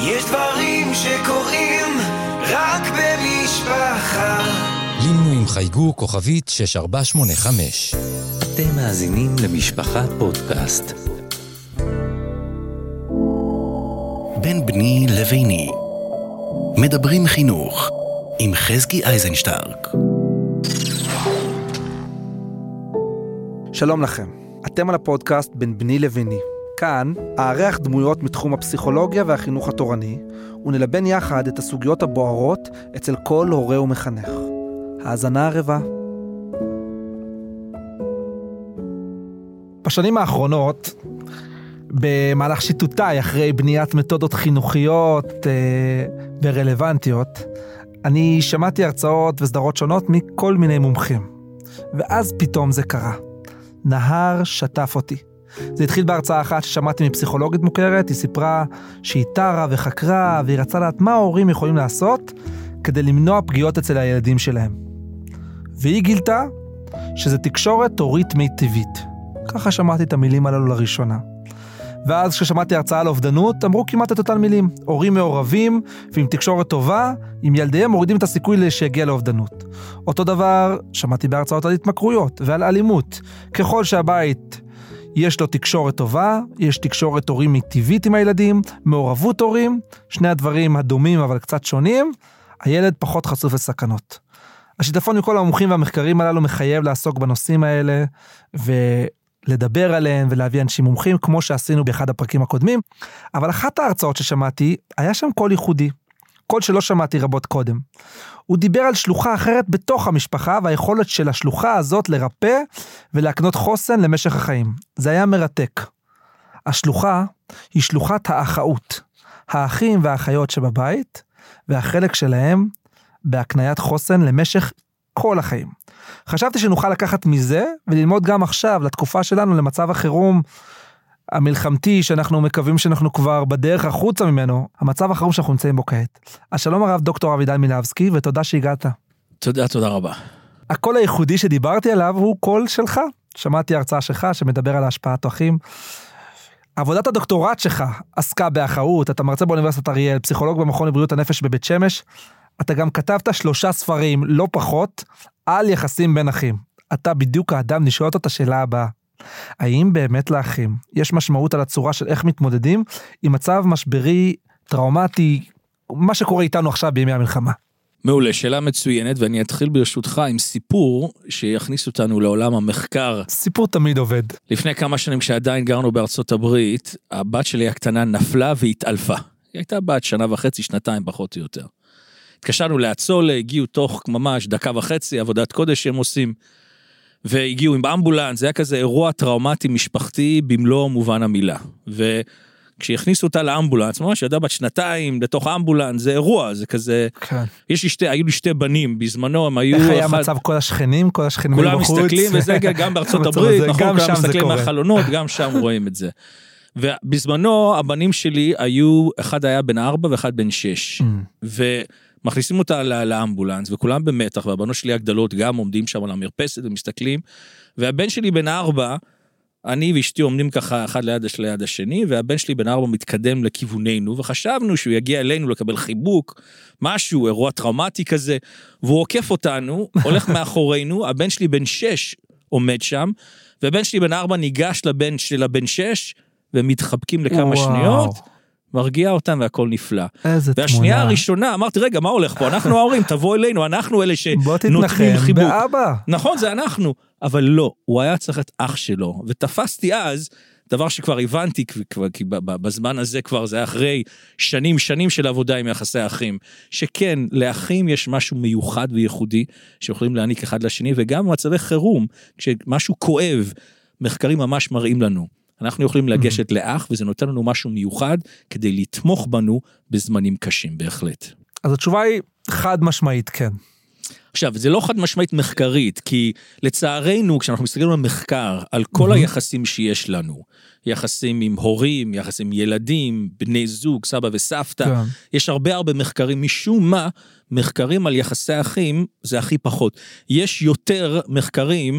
יש דברים שקורים רק במשפחה. לינו עם חייגו כוכבית 6485. אתם מאזינים למשפחה פודקאסט. בין בני לביני. מדברים חינוך עם חזקי אייזנשטרק. שלום לכם, אתם על הפודקאסט בין בני לביני. כאן אארח דמויות מתחום הפסיכולוגיה והחינוך התורני, ונלבן יחד את הסוגיות הבוערות אצל כל הורה ומחנך. האזנה ערבה. בשנים האחרונות, במהלך שיטוטי אחרי בניית מתודות חינוכיות ורלוונטיות, אני שמעתי הרצאות וסדרות שונות מכל מיני מומחים. ואז פתאום זה קרה. נהר שטף אותי. זה התחיל בהרצאה אחת ששמעתי מפסיכולוגית מוכרת, היא סיפרה שהיא תרה וחקרה, והיא רצה לדעת מה ההורים יכולים לעשות כדי למנוע פגיעות אצל הילדים שלהם. והיא גילתה שזה תקשורת הורית מיטבית. ככה שמעתי את המילים הללו לראשונה. ואז כששמעתי הרצאה על אובדנות, אמרו כמעט את אותן מילים. הורים מעורבים, ועם תקשורת טובה, עם ילדיהם מורידים את הסיכוי שיגיע לאובדנות. אותו דבר שמעתי בהרצאות על התמכרויות ועל אלימות. ככל שהבית יש לו תקשורת טובה, יש תקשורת הורים מיטבית עם הילדים, מעורבות הורים, שני הדברים הדומים אבל קצת שונים, הילד פחות חשוף לסכנות. השיטפון מכל המומחים והמחקרים הללו מחייב לעסוק בנושאים האלה, ולדבר עליהם ולהביא אנשים מומחים, כמו שעשינו באחד הפרקים הקודמים, אבל אחת ההרצאות ששמעתי, היה שם קול ייחודי, קול שלא שמעתי רבות קודם. הוא דיבר על שלוחה אחרת בתוך המשפחה, והיכולת של השלוחה הזאת לרפא ולהקנות חוסן למשך החיים. זה היה מרתק. השלוחה היא שלוחת האחאות, האחים והאחיות שבבית, והחלק שלהם בהקניית חוסן למשך כל החיים. חשבתי שנוכל לקחת מזה, וללמוד גם עכשיו, לתקופה שלנו, למצב החירום המלחמתי, שאנחנו מקווים שאנחנו כבר בדרך החוצה ממנו, המצב החירום שאנחנו נמצאים בו כעת. אז שלום הרב דוקטור אבידן מילבסקי, ותודה שהגעת. תודה רבה. הקול הייחודי שדיברתי עליו הוא קול שלך. שמעתי הרצאה שלך שמדבר על השפעת אחים. עבודת הדוקטורט שלך עסקה באחאות, אתה מרצה באוניברסיטת אריאל, פסיכולוג במכון לבריאות הנפש בבית שמש, אתה גם כתבת 3 ספרים, לא פחות, על יחסים בין אחים. אתה בדיוק האדם, נשאל את השאלה הבאה. האם באמת לאחים יש משמעות על הצורה של איך מתמודדים עם מצב משברי, טראומטי, מה שקורה איתנו עכשיו בימי המלחמה? מעולה, שאלה מצוינת, ואני אתחיל ברשותך עם סיפור שיכניס אותנו לעולם המחקר. סיפור תמיד עובד. לפני כמה שנים שעדיין גרנו בארצות הברית, הבת שלי הקטנה נפלה והתעלפה. היא הייתה בת 1.5 2 פחות או יותר. התקשרנו להצול, הגיעו תוך ממש 1.5 דקות, עבודת קודש שהם עושים, והגיעו עם אמבולנס, זה היה כזה אירוע טראומטי משפחתי במלוא מובן המילה. וכשהכניסו אותה לאמבולנס, ממש ידעה בת 2 לתוך האמבולנס, זה אירוע, זה כזה, כן. היו לי 2 בנים, בזמנו הם היו... איך היה מצב כל השכנים בחוץ? כולם מסתכלים, וזה גם בארצות הברית, נכון, כולם מסתכלים מהחלונות, גם שם רואים את זה. ובזמנו הבנים שלי היו, אחד היה בן 4 ואחד בן 6, מכניסים אותה לאמבולנס, וכולם במתח, והבנות שלי הגדלות גם עומדים שם על המרפסת ומסתכלים, והבן שלי בן 4, אני ואשתי עומדים ככה אחד ליד השני, והבן שלי בן 4 מתקדם לכיווננו, וחשבנו שהוא יגיע אלינו לקבל חיבוק, משהו, אירוע טראומטי כזה, והוא עוקף אותנו, הולך מאחורינו, הבן שלי בן 6 עומד שם, והבן שלי בן 4 ניגש לבן של הבן 6, ומתחבקים לכמה שניות, מרגיע אותם והכל נפלא. והשנייה הראשונה, אמרתי, רגע, מה הולך פה? אנחנו ההורים, תבוא אלינו, אנחנו אלה שנותנים חיבוק. באבא. נכון, זה אנחנו. אבל לא, הוא היה צריך את אח שלו. ותפסתי אז, דבר שכבר הבנתי, כי בזמן הזה כבר זה היה אחרי שנים של עבודה עם יחסי אחים, שכן, לאחים יש משהו מיוחד וייחודי, שיכולים להעניק אחד לשני, וגם במצבי חירום, כשמשהו כואב, מחקרים ממש מראים לנו. אנחנו יכולים לגשת לאח, וזה נותן לנו משהו מיוחד, כדי לתמוך בנו בזמנים קשים, בהחלט. אז התשובה היא חד משמעית, כן. עכשיו, זה לא חד משמעית מחקרית, כי לצערנו, כשאנחנו מסתכלים על מחקר, על כל היחסים שיש לנו, יחסים עם הורים, יחסים עם ילדים, בני זוג, סבא וסבתא, יש הרבה מחקרים, משום מה, מחקרים על יחסי אחים, זה הכי פחות. יש יותר מחקרים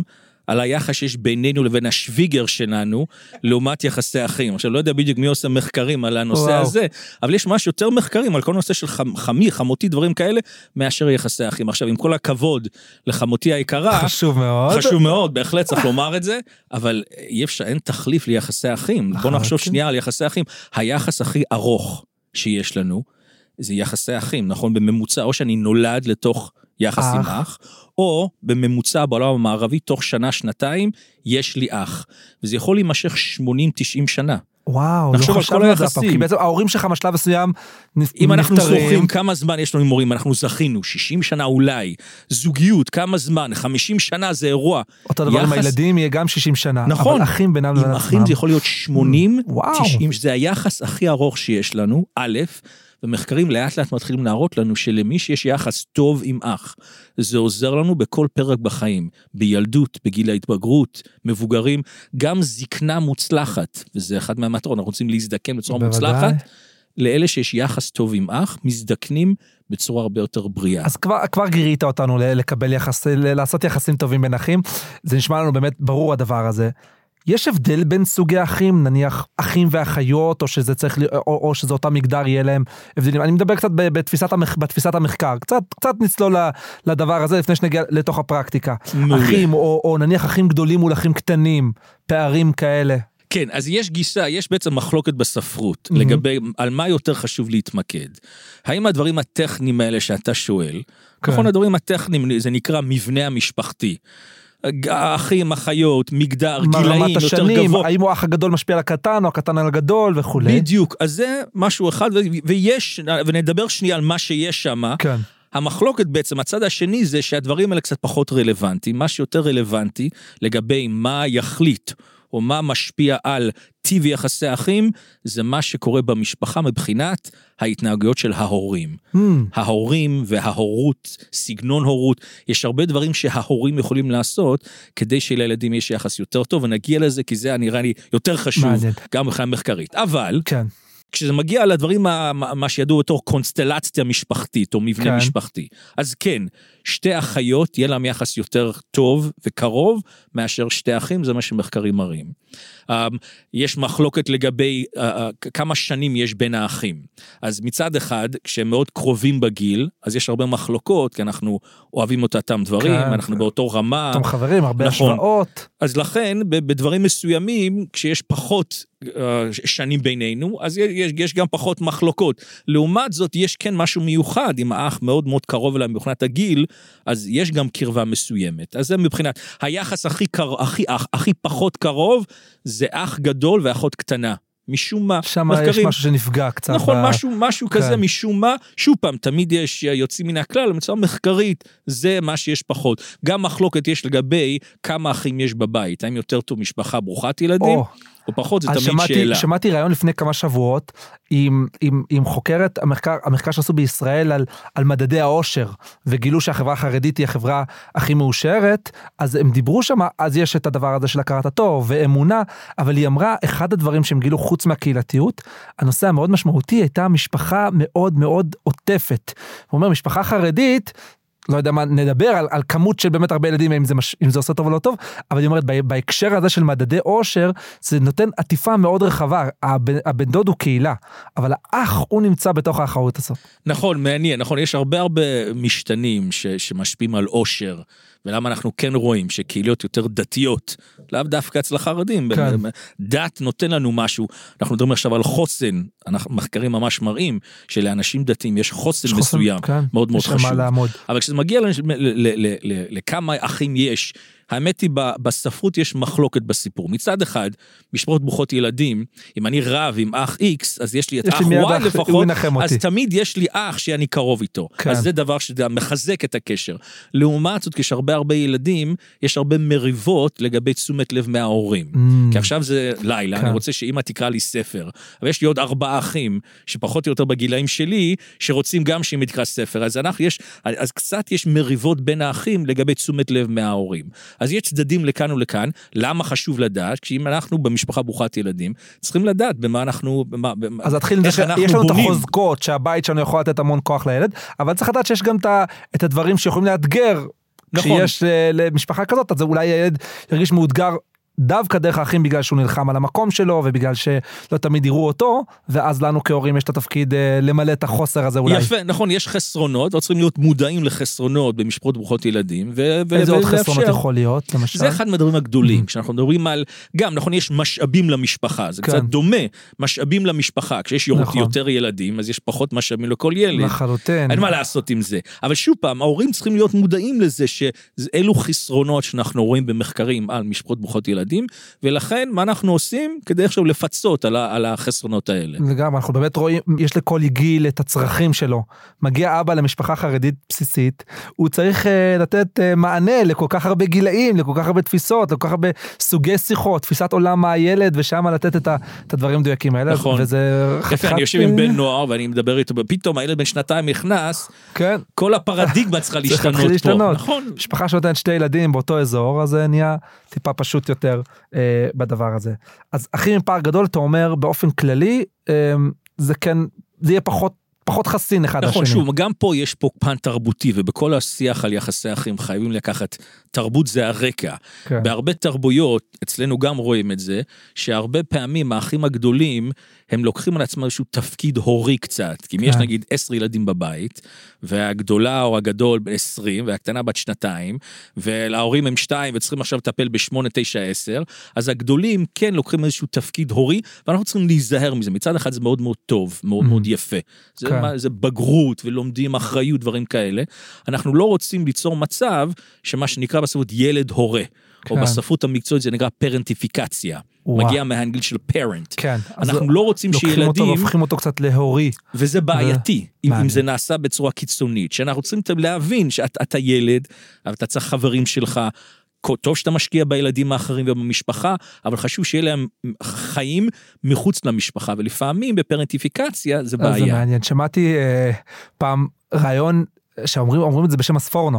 על היחס שיש בינינו לבין השוויגר שלנו, לעומת יחסי אחים. עכשיו, לא יודע בדיוק מי עושה מחקרים על הנושא הזה, אבל יש ממש יותר מחקרים על כל נושא של חמותי, דברים כאלה, מאשר יחסי אחים. עכשיו, עם כל הכבוד לחמותי היקרה, חשוב מאוד. חשוב מאוד, בהחלט צריך לומר את זה, אבל אין תחליף ליחסי אחים. בוא נחשוב שנייה על יחסי אחים. היחס הכי ארוך שיש לנו, זה יחסי אחים, נכון? בממוצע, או שאני נולד לתוך יחס עם אח, או בממוצע בעולם המערבי, תוך שנה, שנתיים, יש לי אח. וזה יכול להימשך 80-90 שנה. וואו, לא חשבנו על זה הפעם, כי בעצם ההורים שלך משלב מסוים נפטרים. אם אנחנו זוכרים כמה זמן יש לנו עם הורים, אנחנו זכינו, 60 שנה אולי, זוגיות, כמה זמן, 50 שנה זה אירוע. אותו דבר עם הילדים יהיה גם 60 שנה. נכון. אבל אחים בינם לבין עצמם. עם אחים זה יכול להיות 80, 90, זה היחס הכי ארוך שיש לנו, א', ומחקרים לאט לאט מתחילים להראות לנו שלמי שיש יחס טוב עם אח, זה עוזר לנו בכל פרק בחיים, בילדות, בגיל ההתבגרות, מבוגרים, גם זקנה מוצלחת, וזה אחד מהמטרות, אנחנו רוצים להזדקן בצורה מוצלחת, לאלה שיש יחס טוב עם אח, מזדקנים בצורה הרבה יותר בריאה. אז כבר גירית אותנו לקבל יחס, לעשות יחסים טובים בין אחים, זה נשמע לנו באמת ברור הדבר הזה. יש הבדל בין סוגי אחים, נניח אחים ואחיות, או שזה צריך, או שזה אותה מגדר יהיה להם הבדלים. אני מדבר קצת בתפיסת המחקר, קצת נצלול לדבר הזה לפני שנגיע לתוך הפרקטיקה. אחים, או נניח אחים גדולים מול אחים קטנים, פערים כאלה. כן, אז יש גישה, יש בעצם מחלוקת בספרות, לגבי על מה יותר חשוב להתמקד. האם הדברים הטכניים האלה שאתה שואל, נכון, הדברים הטכניים, זה נקרא מבנה המשפחתי. אחים, אחיות, מגדר, גילאים יותר גבוה. האם הוא האח הגדול משפיע על הקטן, או הקטן על הגדול וכו'. בדיוק, אז זה משהו אחד, ונדבר שנייה על מה שיש שם. כן. המחלוקת בעצם, הצד השני זה שהדברים האלה קצת פחות רלוונטיים, מה שיותר רלוונטי לגבי מה יחליט, או מה משפיע על טיב יחסי אחים, זה מה שקורה במשפחה מבחינת ההתנהגויות של ההורים. ההורים וההורות, סגנון הורות, יש הרבה דברים שההורים יכולים לעשות, כדי שלילדים יש יחס יותר טוב, ונגיע לזה, כי זה נראה לי יותר חשוב, גם מבחינה מחקרית. אבל, כן. כשזה מגיע לדברים מה שידעו בתור קונסטלציה משפחתית, או מבנה משפחתי, אז כן, שתי אחיות יהיה להם יחס יותר טוב וקרוב, מאשר שתי אחים, זה מה שמחקרים מראים. יש מחלוקת לגבי כמה שנים יש בין האחים. אז מצד אחד, כשהם מאוד קרובים בגיל, אז יש הרבה מחלוקות, כי אנחנו אוהבים אותם דברים, אנחנו באותו רמה. אתם חברים, הרבה השוואות. אז לכן, בדברים מסוימים, כשיש פחות שנים בינינו, אז יש גם פחות מחלוקות. לעומת זאת, יש כן משהו מיוחד, אם האח מאוד מאוד קרוב אליהם מבחינת הגיל, אז יש גם קרבה מסוימת. אז זה מבחינת, היחס הכי פחות קרוב, זה אח גדול ואחות קטנה. משום מה. שם יש משהו שנפגע קצת. נכון, משהו כזה משום מה. שוב פעם, תמיד יש יוצאים מן הכלל, למצוא מחקרית, זה מה שיש פחות. גם מחלוקת יש לגבי כמה אחים יש בבית. האם יותר טוב משפחה ברוכת ילדים? או פחות, זה תמיד שאלה. שמעתי רעיון לפני כמה שבועות, עם חוקרת המחקר שעשו בישראל על מדדי העושר, וגילו שהחברה החרדית היא החברה הכי מאושרת, אז הם דיברו שם, אז יש את הדבר הזה של הכרת הטוב ואמונה, אבל היא אמרה, אחד הדברים שהם גילו חוץ מהקהילתיות, הנושא המאוד משמעותי הייתה משפחה מאוד מאוד עוטפת. הוא אומר, משפחה חרדית, לא יודע מה, נדבר על כמות של באמת הרבה ילדים, אם זה עושה טוב או לא טוב, אבל היא אומרת, בהקשר הזה של מדדי עושר, זה נותן עטיפה מאוד רחבה, הבן דוד הוא קהילה, אבל האח הוא נמצא בתוך האחריות הזאת. נכון, מעניין, נכון, יש הרבה משתנים שמשפיעים על עושר, ולמה אנחנו כן רואים שקהילות יותר דתיות, לאו דווקא אצל החרדים, דת נותן לנו משהו, אנחנו מדברים עכשיו על חוסן, מחקרים ממש מראים, שלאנשים דתיים יש חוסן מסוים, מאוד מאוד חשוב. אבל כשזה מגיע לכמה אחים יש, האמת היא, בספרות יש מחלוקת בסיפור. מצד אחד, משפחות ברוכות ילדים, אם אני רב עם אח X, אז יש לי את אח Y לפחות, אז תמיד יש לי אח שאני קרוב איתו. אז זה דבר שמחזק את הקשר. לעומת זאת, כשהרבה ילדים, יש הרבה מריבות לגבי תשומת לב מההורים. כי עכשיו זה לילה, אני רוצה שאמא תקרא לי ספר. אבל יש לי עוד 4 אחים, שפחות או יותר בגילאים שלי, שרוצים גם שאמא תקרא ספר. אז קצת יש מריבות בין האחים לגבי תשומת לב מההורים. אז יש צדדים לכאן ולכאן, למה חשוב לדעת? כשאם אנחנו במשפחה ברוכת ילדים, צריכים לדעת במה אנחנו, אז התחיל יש לנו את החוזקות, שהבית שלנו יכול לתת המון כוח לילד, אבל צריך לדעת שיש גם את הדברים שיכולים לאתגר, כשיש למשפחה כזאת, אז אולי הילד ירגיש מאותגר דווקא דרך האחים בגלל שהוא נלחם על המקום שלו, ובגלל שלא תמיד יראו אותו, ואז לנו כהורים יש את התפקיד למלא את החוסר הזה אולי. יפה, נכון, יש חסרונות, לא צריכים להיות מודעים לחסרונות במשפחות ברוכות ילדים, איזה עוד חסרונות יכול להיות, למשל? זה אחד מהדברים הגדולים, כשאנחנו מדברים על, גם, נכון, יש משאבים למשפחה, זה קצת דומה, משאבים למשפחה, כשיש יותר ילדים, אז יש פחות משאבים לכל ילד. לחלוטין. אין מה לעשות עם זה. אבל שוב פעם, ההורים צריכים להיות מודעים לזה שאלו חסרונות שאנחנו רואים במחקרים על משפחות ברוכות ילדים, ולכן מה אנחנו עושים כדי עכשיו לפצות על החסרונות האלה. וגם אנחנו באמת רואים, יש לכל גיל את הצרכים שלו. מגיע אבא למשפחה חרדית בסיסית, הוא צריך לתת מענה לכל כך הרבה גילאים, לכל כך הרבה תפיסות, לכל כך הרבה סוגי שיחות, תפיסת עולם מהילד, ושם לתת את הדברים מדויקים האלה. נכון. וזה יפה, אני יושב עם בן נוער, ואני מדבר איתו, ופתאום הילד בן שנתיים נכנס, כן. כל הפרדיגמה צריכה להשתנות פה. נכון. משפחה שנותנת 2 ילדים באותו אזור, אז זה נהיה טיפה פשוט יותר בדבר הזה. אז אחים עם פער גדול, אתה אומר באופן כללי, זה יהיה פחות חסין אחד לשני. נכון, שוב, גם פה יש פה פן תרבותי, ובכל השיח על יחסי אחים חייבים לקחת, תרבות זה הרקע. כן. בהרבה תרבויות, אצלנו גם רואים את זה, שהרבה פעמים האחים הגדולים, הם לוקחים על עצמם איזשהו תפקיד הורי קצת, כי אם יש נגיד 10 ילדים בבית, והגדולה או הגדול 20, והקטנה בת 2, וההורים הם 2, וצריכים עכשיו לטפל ב8, 9, 10, אז הגדולים כן לוקחים איזשהו תפקיד הורי, ואנחנו צריכים להיזהר מזה. מצד אחד זה מאוד מאוד טוב, מאוד מאוד יפה. זה בגרות ולומדים אחריות, דברים כאלה. אנחנו לא רוצים ליצור מצב שמה שנקרא בספרות ילד הורה, או בספרות המקצועית זה נקרא פרנטיפיקציה. מגיע מהאנגלית של parent. אנחנו לא רוצים שילדים... לוקחים אותו והופכים אותו קצת להורי. וזה בעייתי, אם זה נעשה בצורה קיצונית. שאנחנו צריכים להבין שאתה ילד, אתה צריך חברים שלך, טוב שאתה משקיע בילדים האחרים ובמשפחה, אבל חשוב שיהיה להם חיים מחוץ למשפחה, ולפעמים בפרנטיפיקציה זה בעיה. זה מעניין, שמעתי פעם רעיון, שאומרים את זה בשם הספורנו,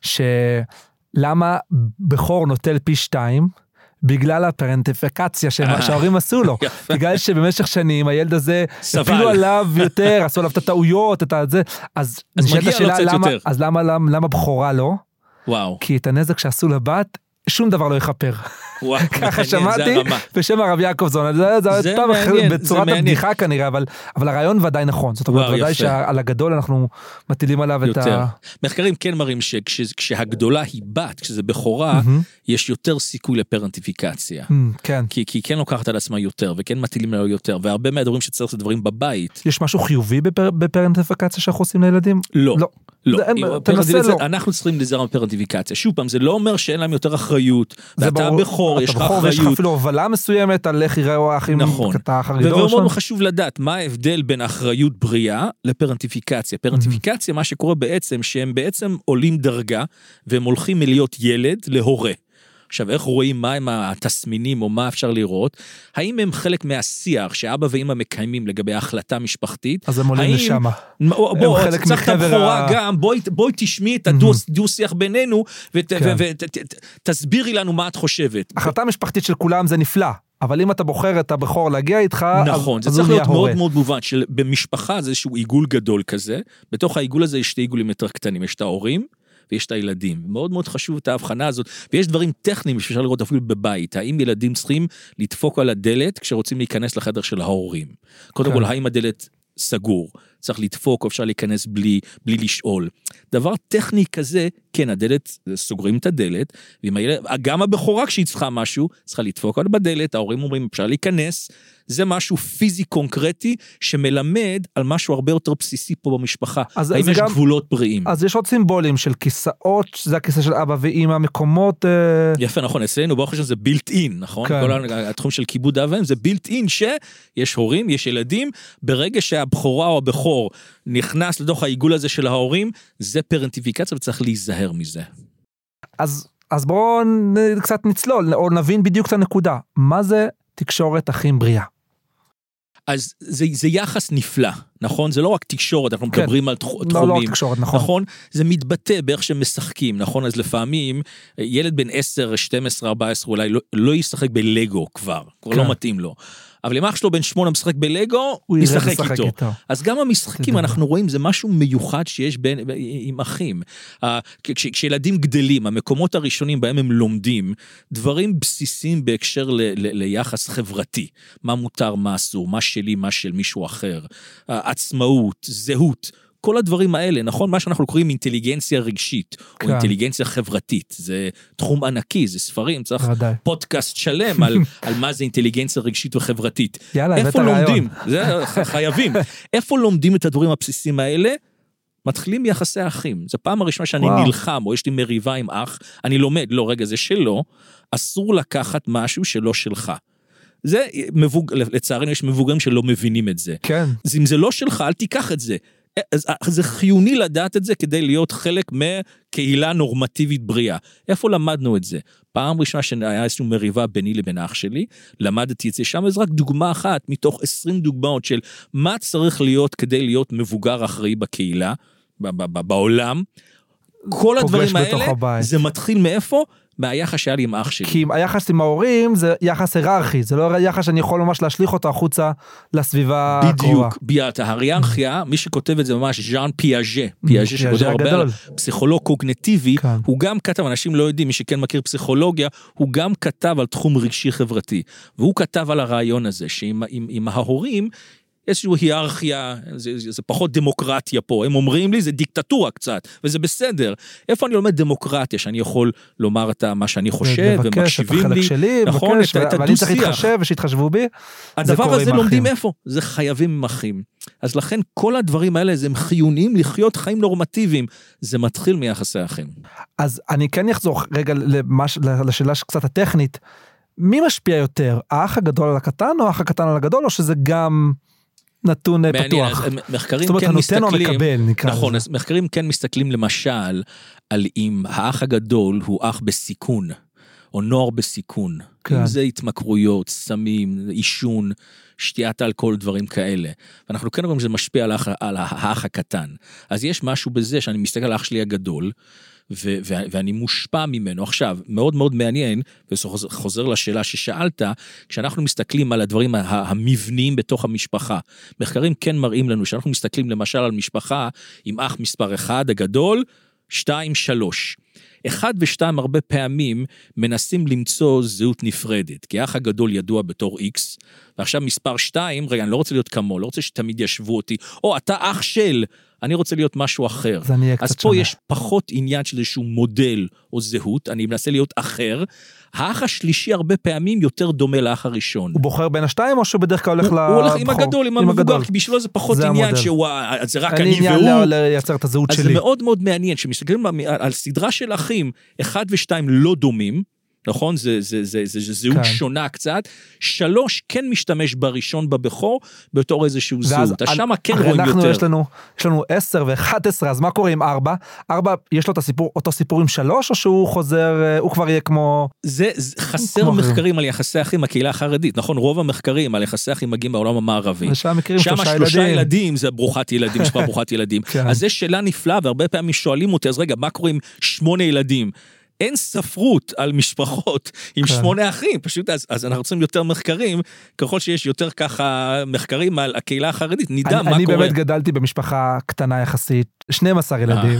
שלמה בכור נוטל פי 2, בגלל הפרנטיפיקציה שההורים עשו לו, בגלל שבמשך שנים הילד הזה הפילו עליו יותר, עשו עליו את הטעויות, את זה, אז מגיע לו קצת יותר. אז למה בחורה לא? וואו. כי את הנזק שעשו לבת, שום דבר לא יכפר. ככה שמעתי בשם הרב יעקובזון, זה בצורת הבדיחה כנראה, אבל הרעיון ודאי נכון, זאת אומרת ודאי שעל הגדול אנחנו מטילים עליו את ה... מחקרים כן מראים שכשהגדולה היא בת, כשזה בחורה, יש יותר סיכוי לפרנטיפיקציה. כי כן לוקחת על עצמה יותר, וכן מטילים עליו יותר, והרבה מהדברים שצריך את הדברים בבית. יש משהו חיובי בפרנטיפיקציה שאנחנו עושים לילדים? לא. אנחנו צריכים לזהר בפרנטיפיקציה. שוב פעם, זה לא אומר שאין להם יותר אחריות, ואתה בחור, יש לך אחריות. יש לך אפילו הובלה מסוימת על איך יראו האחים. נכון. ומאוד חשוב לדעת מה ההבדל בין אחריות בריאה לפרנטיפיקציה. פרנטיפיקציה, מה שקורה בעצם, שהם בעצם עולים דרגה, והם הולכים מלהיות ילד להורה. עכשיו, איך רואים מה הם התסמינים או מה אפשר לראות? האם הם חלק מהשיח שאבא ואמא מקיימים לגבי ההחלטה משפחתית? אז הם עולים לשם. בוא, צריך את הבחורה גם, בואי תשמעי את הדו-שיח בינינו, ותסבירי לנו מה את חושבת. החלטה משפחתית של כולם זה נפלא, אבל אם אתה בוחר את הבחור להגיע איתך, נכון, זה צריך להיות מאוד מאוד מובן, שבמשפחה זה איזשהו עיגול גדול כזה, בתוך העיגול הזה יש 2 עיגולים יותר קטנים, יש את ההורים, ויש את הילדים. מאוד מאוד חשוב את ההבחנה הזאת, ויש דברים טכניים שאפשר לראות אפילו בבית. האם ילדים צריכים לדפוק על הדלת כשרוצים להיכנס לחדר של ההורים? קודם כל, האם הדלת סגור? צריך לדפוק או אפשר להיכנס בלי לשאול. דבר טכני כזה, כן, הדלת, סוגרים את הדלת, גם הבחורה כשהיא צריכה משהו, צריכה לדפוק על בדלת, ההורים אומרים, אפשר להיכנס, זה משהו פיזי קונקרטי, שמלמד על משהו הרבה יותר בסיסי פה במשפחה. האם יש גבולות בריאים? אז יש עוד סימבולים של כיסאות, זה הכיסא של אבא ואמא, מקומות... יפה, נכון, אצלנו ברוך השם זה built in, נכון? כל התחום של כיבוד אב ואם, זה built in שיש הורים, יש ילדים, ברגע שהבחורה או הבחור נכנס לתוך העיגול הזה של ההורים, זה פרנטיפיקציה וצריך להיזהר מזה. אז בואו קצת נצלול, או נבין בדיוק את הנקודה. מה זה תקשורת אחים בריאה? אז זה יחס נפלא, נכון? זה לא רק תקשורת, אנחנו מדברים על תחומים. לא רק תקשורת, נכון. זה מתבטא באיך שמשחקים, נכון? אז לפעמים, ילד בן 10, 12, 14, אולי לא ישחק בלגו כבר לא מתאים לו. אבל אם אח שלו בן 8 משחק בלגו, הוא ישחק איתו. אז גם המשחקים אנחנו רואים, זה משהו מיוחד שיש עם אחים. כשילדים גדלים, המקומות הראשונים בהם הם לומדים, דברים בסיסיים בהקשר ליחס חברתי. מה מותר, מה אסור, מה שלי, מה של מישהו אחר. עצמאות, זהות. כל הדברים האלה, נכון? מה שאנחנו קוראים אינטליגנציה רגשית, או אינטליגנציה חברתית, זה תחום ענקי, זה ספרים, צריך פודקאסט שלם על מה זה אינטליגנציה רגשית וחברתית. איפה לומדים? זה חייבים. איפה לומדים את הדברים הבסיסיים האלה? מתחילים מיחסי האחים. זו פעם הראשונה שאני נלחם, או יש לי מריבה עם אח, אני לומד, לא, רגע, זה שלו, אסור לקחת משהו שלא שלך. זה, לצערנו יש מבוגרים שלא מבינים את זה. כן. אם זה לא שלך, אל תיקח את זה. זה חיוני לדעת את זה כדי להיות חלק מקהילה נורמטיבית בריאה. איפה למדנו את זה? פעם ראשונה שהיה איזושהי מריבה ביני לבין אח שלי, למדתי את זה שם, אז רק דוגמה אחת מתוך 20 דוגמאות של מה צריך להיות כדי להיות מבוגר אחראי בקהילה, בעולם. כל הדברים האלה, זה מתחיל מאיפה? מהיחס שהיה לי עם אח שלי. כי היחס עם ההורים זה יחס היררכי, זה לא יחס שאני יכול ממש להשליך אותו החוצה לסביבה הקרובה. בדיוק, ההיררכיה, מי שכותב את זה ממש, ז'אן פיאז'ה, פיאז'ה שכותב הרבה על פסיכולוג קוגניטיבי, הוא גם כתב, אנשים לא יודעים, מי שכן מכיר פסיכולוגיה, הוא גם כתב על תחום רגשי חברתי, והוא כתב על הרעיון הזה, שעם ההורים, איזושהי היררכיה, זה פחות דמוקרטיה פה, הם אומרים לי, זה דיקטטורה קצת, וזה בסדר. איפה אני לומד דמוקרטיה, שאני יכול לומר את מה שאני חושב, ומקשיבים לי, נכון, את אבל אני צריך להתחשב, ושיתחשבו בי, הדבר הזה לומדים איפה? זה חייבים עם אחים. אז לכן כל הדברים האלה, הם חיוניים לחיות חיים נורמטיביים, זה מתחיל מיחסי האחים. אז אני כן אחזור רגע לשאלה שקצת הטכנית, מי משפיע יותר, האח הגדול על הקטן, או האח הקטן על הגדול, או שזה גם נתון פתוח. מחקרים זאת אומרת, כן מסתכלים, מקבל, נקרא נכון, לזה. מחקרים כן מסתכלים למשל, על אם האח הגדול הוא אח בסיכון, או נוער בסיכון, כן. אם זה התמכרויות, סמים, אישון, שתיית אלכוהול, דברים כאלה. ואנחנו כן רואים שזה משפיע על האח הקטן. אז יש משהו בזה שאני מסתכל על האח שלי הגדול, ואני מושפע ממנו. עכשיו, מאוד מאוד מעניין, וחוזר לשאלה ששאלת, כשאנחנו מסתכלים על הדברים המבניים בתוך המשפחה, מחקרים כן מראים לנו, שאנחנו מסתכלים למשל על משפחה, עם אח מספר 1 הגדול, 2, 3. 1 ו2 הרבה פעמים מנסים למצוא זהות נפרדת, כי האח הגדול ידוע בתור X, ועכשיו מספר 2, רגע, אני לא רוצה להיות כמו, לא רוצה שתמיד ישבו אותי, או אתה אח של, אני רוצה להיות משהו אחר. אז פה שונה. יש פחות עניין של איזשהו מודל או זהות, אני מנסה להיות אחר, האח השלישי הרבה פעמים יותר דומה לאח הראשון. הוא בוחר בין השתיים, או שהוא בדרך כלל הולך לבחור? הוא הולך עם הגדול, עם המבוגר, כי בשבילו זה פחות עניין שזה רק אני והוא. אני עניין לייצר את הזהות שלי. אז זה מאוד מאוד מעניין, שמסתכלים על סדרה של אחים, 1 ו2 לא דומים, נכון? זה זהות שונה קצת. 3 כן משתמש בראשון בבכור, בתור איזשהו זהות. אז שמה כן רואים יותר. יש לנו 10 ו11, אז מה קורה עם 4? 4, יש לו את הסיפור, אותו סיפור עם 3, או שהוא חוזר, הוא כבר יהיה כמו... זה חסר מחקרים על יחסי אחים, הקהילה החרדית, נכון? רוב המחקרים על יחסי אחים מגיעים בעולם המערבי. שם 3 ילדים, זה ברוכת ילדים, משפחה ברוכת ילדים. אז זה שאלה נפלאה, והרבה פעמים שואלים אותי, אז רגע, מה קורה עם 8 ילדים? אין ספרות על משפחות עם 8 אחים, פשוט אז אנחנו רוצים יותר מחקרים, ככל שיש יותר ככה מחקרים על הקהילה החרדית, נדע מה קורה. אני באמת גדלתי במשפחה קטנה יחסית, 12 ילדים,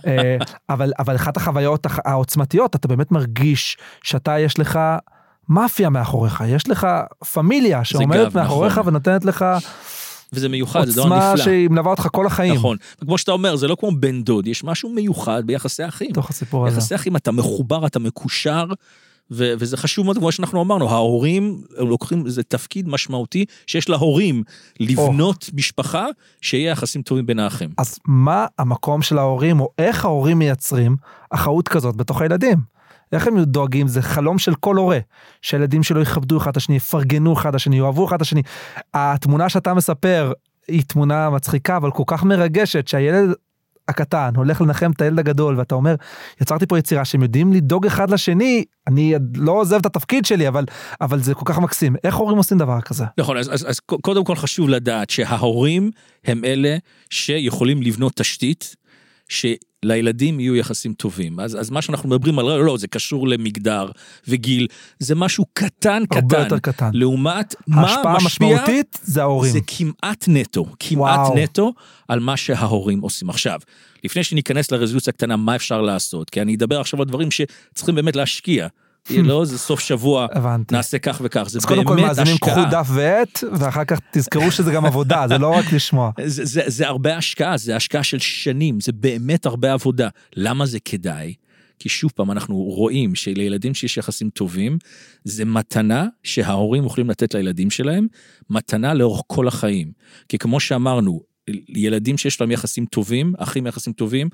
אבל אחת החוויות העוצמתיות, אתה באמת מרגיש שאתה יש לך מאפיה מאחוריך, יש לך פמיליה שעומדת מאחוריך ונותנת לך... וזה מיוחד, זה דבר נפלא. עוצמה שהיא מלווה אותך כל החיים. נכון. וכמו שאתה אומר, זה לא כמו בן דוד, יש משהו מיוחד ביחסי אחים. תוך הסיפור הזה. יחסי אחים, אתה מחובר, אתה מקושר, וזה חשוב מאוד, כמו שאנחנו אמרנו, ההורים לוקחים, זה תפקיד משמעותי, שיש להורים לבנות משפחה, שיהיה יחסים טובים בין האחים. אז מה המקום של ההורים, או איך ההורים מייצרים אחריות כזאת בתוך הילדים? איך הם דואגים? זה חלום של כל הורה, שהילדים שלו יכבדו אחד השני, יפרגנו אחד השני, יאהבו אחד השני. התמונה שאתה מספר היא תמונה מצחיקה, אבל כל כך מרגשת, שהילד הקטן הולך לנחם את הילד הגדול, ואתה אומר, יצרתי פה יצירה שהם יודעים לדאוג אחד לשני, אני לא עוזב את התפקיד שלי, אבל זה כל כך מקסים. איך הורים עושים דבר כזה? נכון, אז קודם כל חשוב לדעת שההורים הם אלה שיכולים לבנות תשתית, שלילדים יהיו יחסים טובים. אז מה שאנחנו מדברים על, לא, זה קשור למגדר וגיל, זה משהו קטן, הרבה יותר קטן. לעומת מה ההשפעה משפיע, המשמעותית זה ההורים. זה כמעט נטו על מה שההורים עושים. עכשיו, לפני שניכנס לרזולוציה הקטנה, מה אפשר לעשות? כי אני אדבר עכשיו על דברים שצריכים באמת להשקיע. לא, זה סוף שבוע, נעשה כך וכך, זה באמת השקעה. אז קודם כל מאזינים, קחו דף ועט, ואחר כך תזכרו שזה גם עבודה, זה לא רק לשמוע. זה הרבה השקעה, זה השקעה של שנים, זה באמת הרבה עבודה. למה זה כדאי? כי שוב פעם אנחנו רואים שלילדים שיש יחסים טובים, זה מתנה שההורים יכולים לתת לילדים שלהם, מתנה לאורך כל החיים. כי כמו שאמרנו, ילדים שיש להם יחסים טובים, אחים יחסים טובים,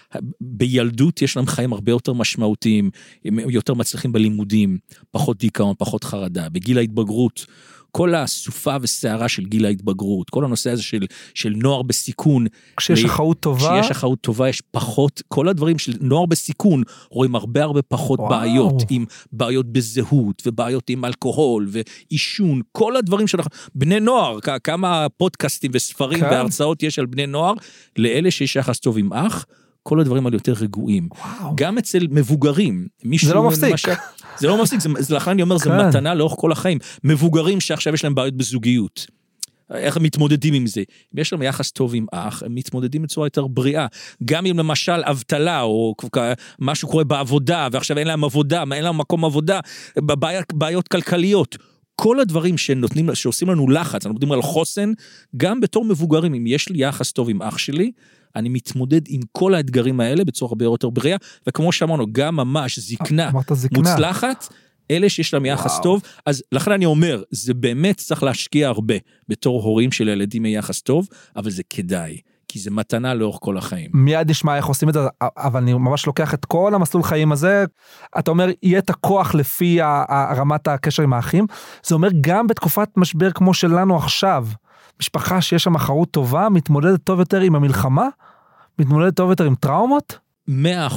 בילדות יש להם חיים הרבה יותר משמעותיים, הם יותר מצליחים בלימודים, פחות דיכאון, פחות חרדה, בגיל ההתבגרות, כל הסופה ושערה של גיל ההתבגרות, כל הנושא הזה של נוער בסיכון. כשיש אחריות טובה. כשיש אחריות טובה יש פחות, כל הדברים של נוער בסיכון, רואים הרבה פחות בעיות, עם בעיות בזהות, ובעיות עם אלכוהול, ואישון, כל הדברים שאנחנו, בני נוער, כמה פודקאסטים וספרים והרצאות יש על בני נוער, לאלה שיש יחס טוב עם אח, כל הדברים האלה יותר רגועים. גם אצל מבוגרים. זה לא מפסיק. זה לא מפסיק, לכן אני אומר, זה מתנה לאורך כל החיים. מבוגרים שעכשיו יש להם בעיות בזוגיות. איך הם מתמודדים עם זה? אם יש להם יחס טוב עם אח, הם מתמודדים בצורה יותר בריאה. גם אם למשל אבטלה, או משהו קורה בעבודה, ועכשיו אין להם עבודה, אין להם מקום עבודה, בעיות כלכליות. כל הדברים שעושים לנו לחץ, אנחנו מדברים על חוסן, גם בתור מבוגרים, אם יש לי יחס טוב עם אח שלי, אני מתמודד עם כל האתגרים האלה בצורה הרבה יותר בריאה, וכמו שאמרנו, גם ממש זקנה מוצלחת, אלה שיש להם יחס טוב, אז לכן אני אומר, זה באמת צריך להשקיע הרבה, בתור הורים של ילדים מיחס טוב, אבל זה כדאי, כי זה מתנה לאורך כל החיים. מיד נשמע איך עושים את זה, אבל אני ממש לוקח את כל המסלול חיים הזה, אתה אומר, יהיה את הכוח לפי רמת הקשר עם האחים, זה אומר גם בתקופת משבר כמו שלנו עכשיו, משפחה שיש שם אחרות טובה, מתמודדת טוב יותר עם המלחמה, מתמודדת טוב יותר עם טראומות? 100%,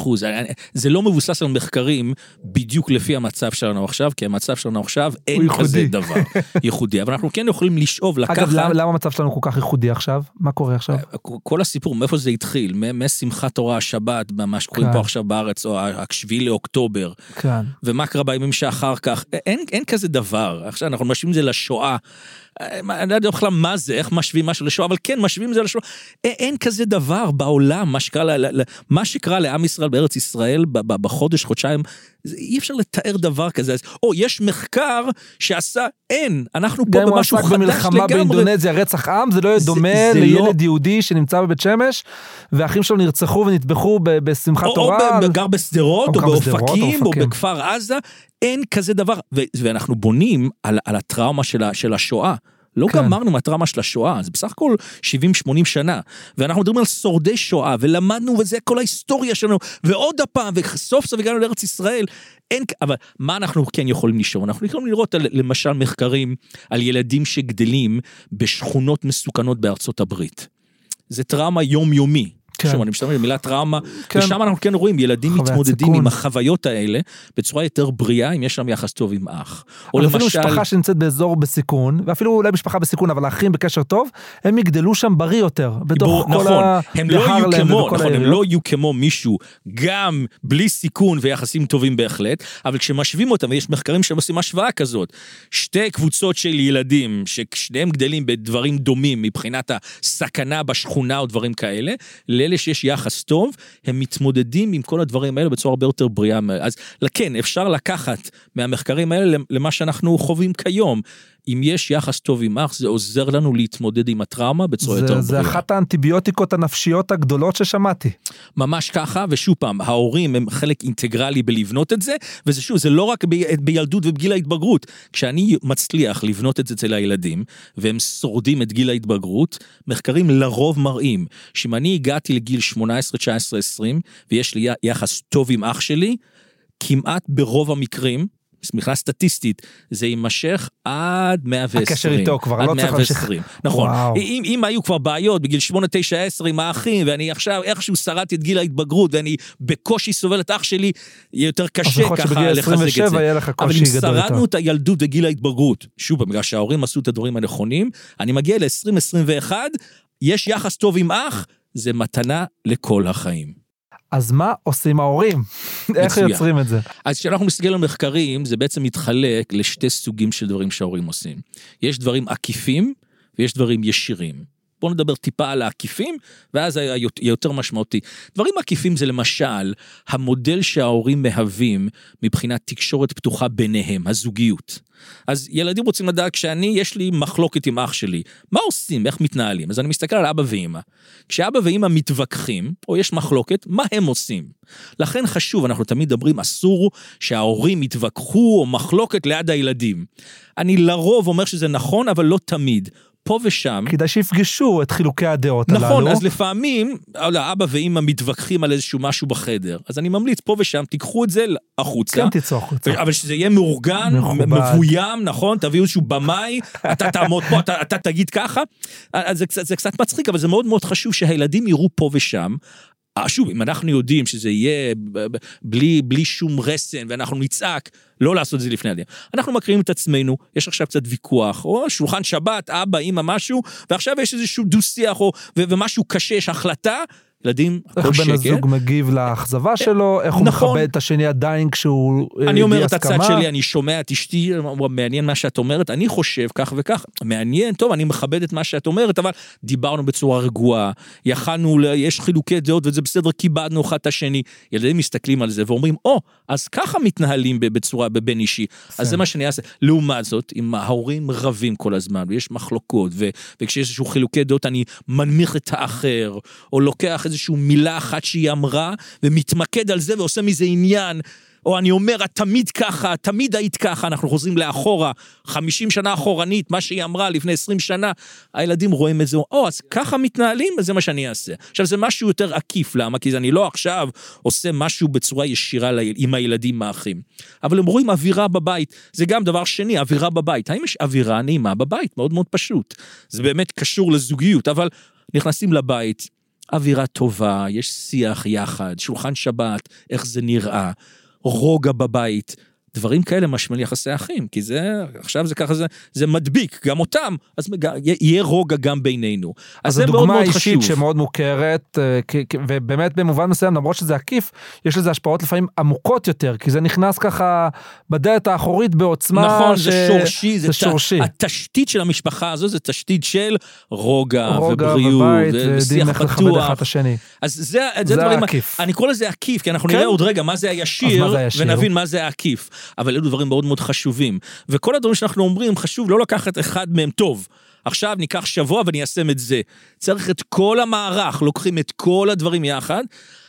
זה לא מבוסס על מחקרים בדיוק לפי המצב שלנו עכשיו, כי המצב שלנו עכשיו אין כזה דבר ייחודי, אבל אנחנו כן יכולים לשאוב לקחת... אגב, למה המצב שלנו כל כך ייחודי עכשיו? מה קורה עכשיו? כל הסיפור, מאיפה זה התחיל? משמחת תורה, השבת, מה שקוראים פה עכשיו בארץ, או השביעי לאוקטובר, ומה קרה בימים שאחר כך, אין כזה דבר, עכשיו אנחנו משווים את זה לשואה, אני לא יודע בכלל מה זה, איך משווים משהו לשואה, אבל כן, משווים את זה לשואה. אין כזה דבר בעולם, מה שקרה לעם ישראל בארץ ישראל, בחודש, חודשיים, אי אפשר לתאר דבר כזה. או, יש מחקר שעשה, אנחנו פה במשהו חדש לגמרי. במלחמה באינדונזיה, רצח עם, זה לא יהיה דומה לילד יהודי שנמצא בבית שמש, והאחים שלו נרצחו ונטבחו בשמחת תורה. או גר בסדרות, או באופקים, או בכפר עזה, אין כזה דבר. ואנחנו בונים על הטראומה של השואה. לא גמרנו מהטראומה של השואה, זה בסך הכל 70-80 שנה, ואנחנו מדברים על שורדי שואה, ולמדנו, וזה כל ההיסטוריה שלנו, ועוד הפעם, וסוף סוף הגענו לארץ ישראל, אבל מה אנחנו כן יכולים לשאול? אנחנו יכולים לראות למשל מחקרים על ילדים שגדלים בשכונות מסוכנות בארצות הברית. זה טראומה יומיומי. שוב, אני משתמש במילה טראומה, ושם אנחנו כן רואים, ילדים מתמודדים עם החוויות האלה, בצורה יותר בריאה, אם יש להם יחס טוב עם אח. או אפילו משפחה שנמצאת באזור בסיכון, ואפילו אולי משפחה בסיכון, אבל האחים בקשר טוב, הם יגדלו שם בריא יותר, בתוך כל הם לא יהיו כמו מישהו, גם בלי סיכון ויחסים טובים בהחלט, אבל כשמשווים אותם, ויש מחקרים שעושים השוואה כזאת, שתי קבוצות של ילדים, ששניהם גדלים בדברים דומים, מבחינת הסכנה בשכונה או דברים כאלה, לאלה שיש יחס טוב, הם מתמודדים עם כל הדברים האלה בצורה הרבה יותר בריאה. אז כן, אפשר לקחת מהמחקרים האלה למה שאנחנו חווים כיום. אם יש יחס טוב עם אח, זה עוזר לנו להתמודד עם הטראומה בצורה יותר בריאה. זה אחת האנטיביוטיקות הנפשיות הגדולות ששמעתי. ממש ככה, ושוב פעם, ההורים הם חלק אינטגרלי בלבנות את זה, וזה שוב, זה לא רק בילדות ובגיל ההתבגרות. כשאני מצליח לבנות את זה אצל הילדים, והם שורדים את גיל ההתבגרות, מחקרים לרוב מראים, שאם אני הגעתי לגיל 18, 19, 20, ויש לי יחס טוב עם אח שלי, כמעט ברוב המקרים, מבחינה סטטיסטית, זה יימשך עד 120. הקשר איתו כבר, לא צריך להמשיך. נכון. אם היו כבר בעיות בגיל 8, 9, 10 עם האחים, ואני עכשיו איכשהו שרדתי את גיל ההתבגרות, ואני בקושי סובל את אח שלי, יהיה יותר קשה ככה לחזק את זה. אבל אם שרדנו את הילדות וגיל ההתבגרות, שוב, בגלל שההורים עשו את הדברים הנכונים, אני מגיע ל-2021, יש יחס טוב עם אח, זה מתנה לכל החיים. אז מה עושים ההורים? איך יוצרים את זה? אז כשאנחנו מסתכלים על מחקרים, זה בעצם מתחלק לשתי סוגים של דברים שההורים עושים. יש דברים עקיפים, ויש דברים ישירים. בואו נדבר טיפה על העקיפים, ואז היה יותר משמעותי. דברים עקיפים זה למשל, המודל שההורים מהווים, מבחינת תקשורת פתוחה ביניהם, הזוגיות. אז ילדים רוצים לדעת, יש לי מחלוקת עם אח שלי, מה עושים, איך מתנהלים? אז אני מסתכל על אבא ואמא. כשאבא ואמא מתווכחים, או יש מחלוקת, מה הם עושים? לכן חשוב, אנחנו תמיד מדברים, אסור שההורים יתווכחו או מחלוקת ליד הילדים. אני לרוב אומר שזה נכון, אבל לא תמיד. פה ושם. כדאי שיפגשו את חילוקי הדעות הללו. נכון, אז לפעמים, אבא ואמא מתווכחים על איזשהו משהו בחדר. אז אני ממליץ, פה ושם, תיקחו את זה החוצה. כן, תצאו החוצה. אבל שזה יהיה מאורגן, מבוים, נכון? תביאו איזשהו במאי, אתה תעמוד פה, אתה תגיד ככה. זה קצת מצחיק, אבל זה מאוד מאוד חשוב שהילדים יראו פה ושם. שוב, אם אנחנו יודעים שזה יהיה בלי שום רסן, ואנחנו נצעק, לא לעשות את זה לפני הילדים. אנחנו מכירים את עצמנו, יש עכשיו קצת ויכוח, או שולחן שבת, אבא, אמא, משהו, ועכשיו יש איזשהו דו-שיח, ומשהו קשה, יש החלטה, ילדים, הכל שקט. איך בן הזוג מגיב לאכזבה שלו, איך הוא מכבד את השני עדיין כשהוא אני אומר את הצד שלי, אני שומע את אשתי, מעניין מה שאת אומרת, אני חושב כך וכך, מעניין, טוב, אני מכבד את מה שאת אומרת, אבל דיברנו בצורה רגועה, יכלנו, יש חילוקי דעות, וזה בסדר, כיבדנו אחד את השני, ילדים מסתכלים על זה ואומרים, אז ככה מתנהלים בצורה בבין אישי, אז זה מה שאני אעשה. לעומת זאת, אם ההורים רבים כל הזמן, ויש מחלוקות, וכשיש איזשהו חילוקי דעות, אני מנמיך את האחר, או לוקח איזושהי מילה אחת שהיא אמרה, ומתמקד על זה ועושה מזה עניין, או אני אומר, את תמיד ככה, תמיד היית ככה, אנחנו חוזרים לאחורה, 50 שנה אחורנית, מה שהיא אמרה לפני 20 שנה, הילדים רואים את זה, אז ככה מתנהלים, וזה מה שאני אעשה. עכשיו, זה משהו יותר עקיף, למה? כי אני לא עכשיו עושה משהו בצורה ישירה עם הילדים האחים. אבל הם רואים אווירה בבית, זה גם דבר שני, אווירה בבית. האם יש אווירה נעימה בבית? מאוד מאוד פשוט. זה באמת קשור לזוגיות, אבל נכנסים לבית, אווירה טובה, יש שיח יחד, שולחן שבת, איך זה נראה, רוגע בבית, דברים כאלה משמעו יחסי אחים, כי זה, עכשיו זה ככה, זה מדביק, גם אותם, אז יהיה רוגע גם בינינו. אז זה מאוד מאוד חשוב. הדוגמה האישית שמאוד מוכרת, ובאמת במובן מסוים, למרות שזה עקיף, יש לזה השפעות לפעמים עמוקות יותר, כי זה נכנס ככה בדלת האחורית בעוצמה. נכון, זה שורשי, זה שורשי. התשתית של המשפחה הזו, זה תשתית של רוגע ובריאות, ושיח פתוח. אז זה דברים, אני קורא לזה עקיף, כי אנחנו נראה עוד רגע מה זה הישיר, ונבין מה זה העקיף. אבל אלו דברים מאוד מאוד חשובים. וכל הדברים שאנחנו אומרים, חשוב לא לקחת אחד מהם טוב. עכשיו ניקח שבוע ואני אעשם את זה. צריך את כל המערך, לוקחים את כל הדברים יחד,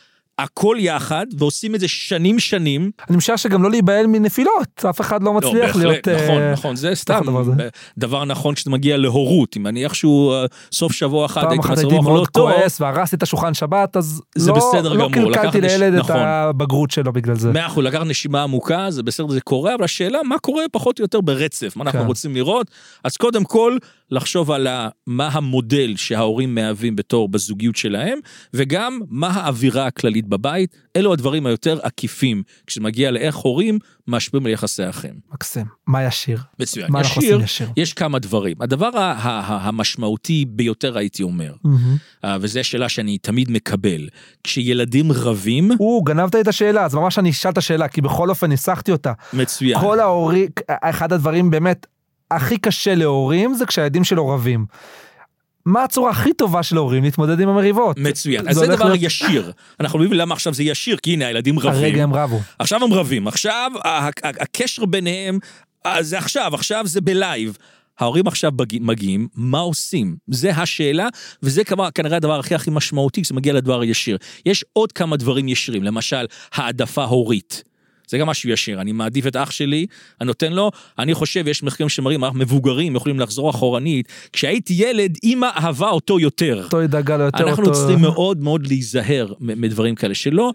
הכל יחד, ועושים את זה שנים. אני משער שגם לא להיבהל מנפילות, אף אחד לא מצליח להיות... נכון, זה סתם דבר נכון כשאתה מגיע להורות, אם אני איכשהו סוף שבוע אחד, פעם אחת הייתי מאוד כועס, והרסתי את השולחן שבת, אז לא קלקלתי לילד את הבגרות שלו בגלל זה. 100%, לקח נשימה עמוקה, זה בסדר, זה קורה, אבל השאלה, מה קורה פחות או יותר ברצף, מה אנחנו רוצים לראות, אז קודם כל, לחשוב על מה המודל שההורים מהווים בתור בזוגיות שלהם, וגם מה האווירה הכללית בבית, אלו הדברים היותר עקיפים, כשמגיע לאיך הורים משפיעים על יחסי אחים. מקסים, מה ישיר? מצוין, ישיר, יש כמה דברים. הדבר המשמעותי ביותר הייתי אומר, וזו שאלה שאני תמיד מקבל, כשילדים רבים... גנבת את השאלה, אז ממש אני אשאל את השאלה, כי בכל אופן ניסחתי אותה. מצוין. כל ההורים, אחד הדברים באמת הכי קשה להורים, זה כשהילדים שלו רבים. מה הצורה הכי טובה של ההורים להתמודד עם המריבות? מצוין, אז זה דבר ישיר. אנחנו מבינים למה עכשיו זה ישיר, כי הנה, הילדים רבים. הרגע הם רבו. עכשיו הם רבים, עכשיו הקשר ביניהם, זה עכשיו זה בלייב. ההורים עכשיו מגיעים, מה עושים? זה השאלה, וזה כנראה הדבר הכי משמעותי, כשזה מגיע לדבר ישיר. יש עוד כמה דברים ישירים, למשל, העדפה הורית. זה גם משהו ישיר, אני מעדיף את אח שלי, אני נותן לו, אני חושב, יש מחקרים שמראים, מבוגרים יכולים לחזור אחורנית, כשהייתי ילד, אמא אהבה אותו יותר. אותו ידאגה לו יותר. אנחנו צריכים מאוד מאוד להיזהר מדברים כאלה, שלא,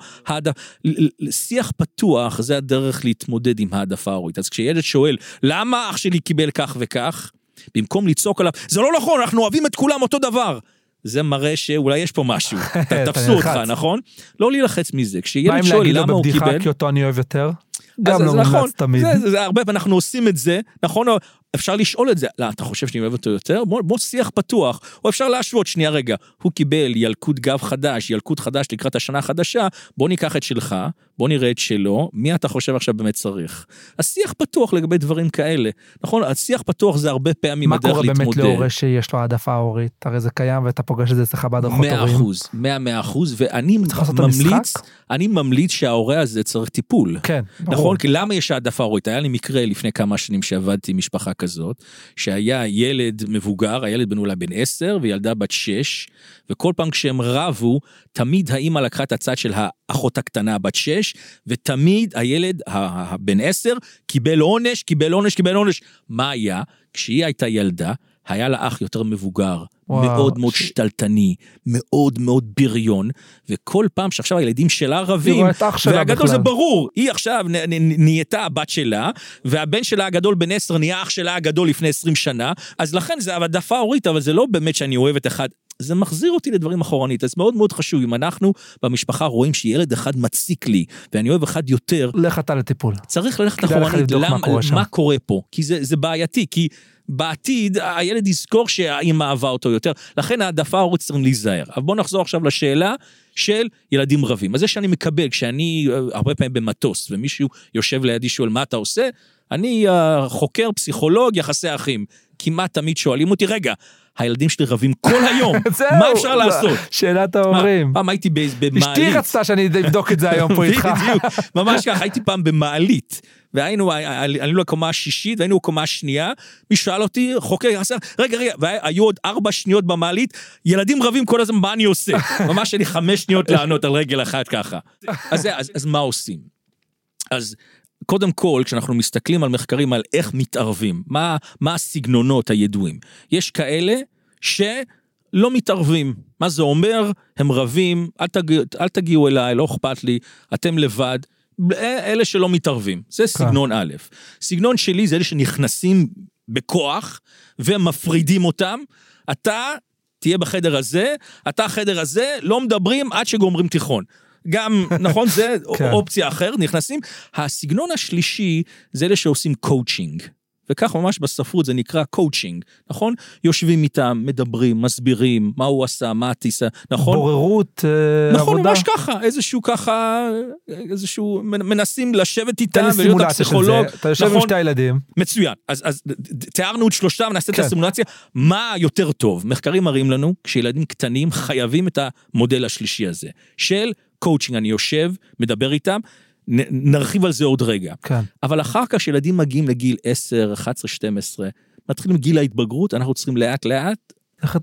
שיח פתוח, זה הדרך להתמודד עם העדפה ההורית. אז כשילד שואל, למה אח שלי קיבל כך וכך, במקום לצעוק עליו, זה לא נכון, אנחנו אוהבים את כולם אותו דבר. זה מראה שאולי יש פה משהו, תפסו אותך, נכון? לא להילחץ מזה, כשילד שואל למה הוא קיבל... בבדיחה כי אותו אני אוהב יותר? גם לא מומלץ תמיד. זה הרבה, אנחנו עושים את זה, נכון? אפשר לשאול את זה, לא, אתה חושב שאני אוהב אותו יותר? בוא שיח פתוח, או אפשר להשוות, שנייה רגע, הוא קיבל ילקוט גב חדש, ילקוט חדש לקראת השנה החדשה, בוא ניקח את שלך, בוא נראה את שלו, מי אתה חושב עכשיו באמת צריך? השיח פתוח לגבי דברים כאלה, נכון? השיח פתוח זה הרבה פעמים הדרך להתמודד. מה קורה באמת להורה שיש לו העדפה הורית? הרי זה קיים ואתה פוגש את זה אצלך בהדרכות הורים. 100%, ואני ממליץ שההורה הזה צריך טיפול. כן, ברור. נכון? כי למה יש העדפה הורית? היה לי מקרה לפני כמה שנים שעבדתי עם משפחה כזאת, שהיה ילד מבוגר, הילד בן אולי בן 10 וילדה בת 6, וכל פעם כשהם רבו, תמיד האמא לקחה את הצד של האחות הקטנה בת 6, ותמיד הילד הבן 10 קיבל עונש. מה היה? כשהיא הייתה ילדה, היה לה אח יותר מבוגר, מאוד מאוד שתלטני, מאוד מאוד בריון, וכל פעם שעכשיו הילדים שלה רבים, והגדול זה ברור, היא עכשיו נהייתה הבת שלה, והבן שלה הגדול בן 10 נהיה אח שלה הגדול לפני 20 שנה, אז לכן זה העדפה הורית, אבל זה לא באמת שאני אוהב את אחד, זה מחזיר אותי לדברים אחורנית, אז מאוד מאוד חשוב, אם אנחנו במשפחה רואים שילד אחד מציק לי, ואני אוהב אחד יותר, לך אתה לטיפול. צריך ללכת אחורנית, מה קורה פה? כי זה בעייתי, כי בעתיד הילד יזכור שהאמא אהבה אותו יותר, לכן העדפה ההורית צריכים להיזהר. אבל בואו נחזור עכשיו לשאלה של ילדים רבים. אז זה שאני מקבל, כשאני הרבה פעמים במטוס, ומישהו יושב לידי שואל מה אתה עושה, אני חוקר פסיכולוג יחסי אחים, כמעט תמיד שואלים אותי, רגע, הילדים שלי רבים כל היום, מה אפשר לעשות? שאלת ההורים. פעם הייתי במעלית. אשתי רצתה שאני אבדוק את זה היום פה איתך. בדיוק, ממש ככה, הייתי פעם במעלית, והיינו לקומה השישית, והיינו לקומה השנייה, מי שאל אותי, חוקר, רגע, והיו עוד 4 שניות במעלית, ילדים רבים כל הזמן, מה אני עושה? ממש אני 5 שניות לענות על רגל אחת ככה. אז מה עושים? אז קודם כל, כשאנחנו מסתכלים על מחקרים על איך מתערבים, מה הסגנונות הידועים? יש כאלה שלא מתערבים. מה זה אומר? הם רבים, אל תגיעו אליי, לא אכפת לי, אתם לבד. אלה שלא מתערבים. זה סגנון א'. סגנון שלי זה אלה שנכנסים בכוח ומפרידים אותם. אתה תהיה בחדר הזה, אתה החדר הזה, לא מדברים עד שגומרים תיכון. גם, נכון, זה אופציה אחרת, נכנסים. הסגנון השלישי זה אלה שעושים קואוצ'ינג. וכך ממש בספרות זה נקרא קואוצ'ינג, נכון? יושבים איתם, מדברים, מסבירים, מה הוא עשה, מה הטיסה, נכון? בוררות, נכון, עבודה. ממש ככה, איזשהו, מנסים לשבת איתם, ולהיות הפסיכולוג. אתה יושב עם 2 ילדים. מצוין, אז תיארנו את 3, נעשה את הסימולציה, מה יותר טוב? מחקרים מראים לנו, כשילדים קטנים חייבים את המודל השלישי הזה, של קואוצ'ינג, אני יושב, מדבר איתם, נרחיב על זה עוד רגע. כן. אבל אחר כך שילדים מגיעים לגיל 10, 11, 12, מתחילים גיל ההתבגרות, אנחנו צריכים לאט לאט,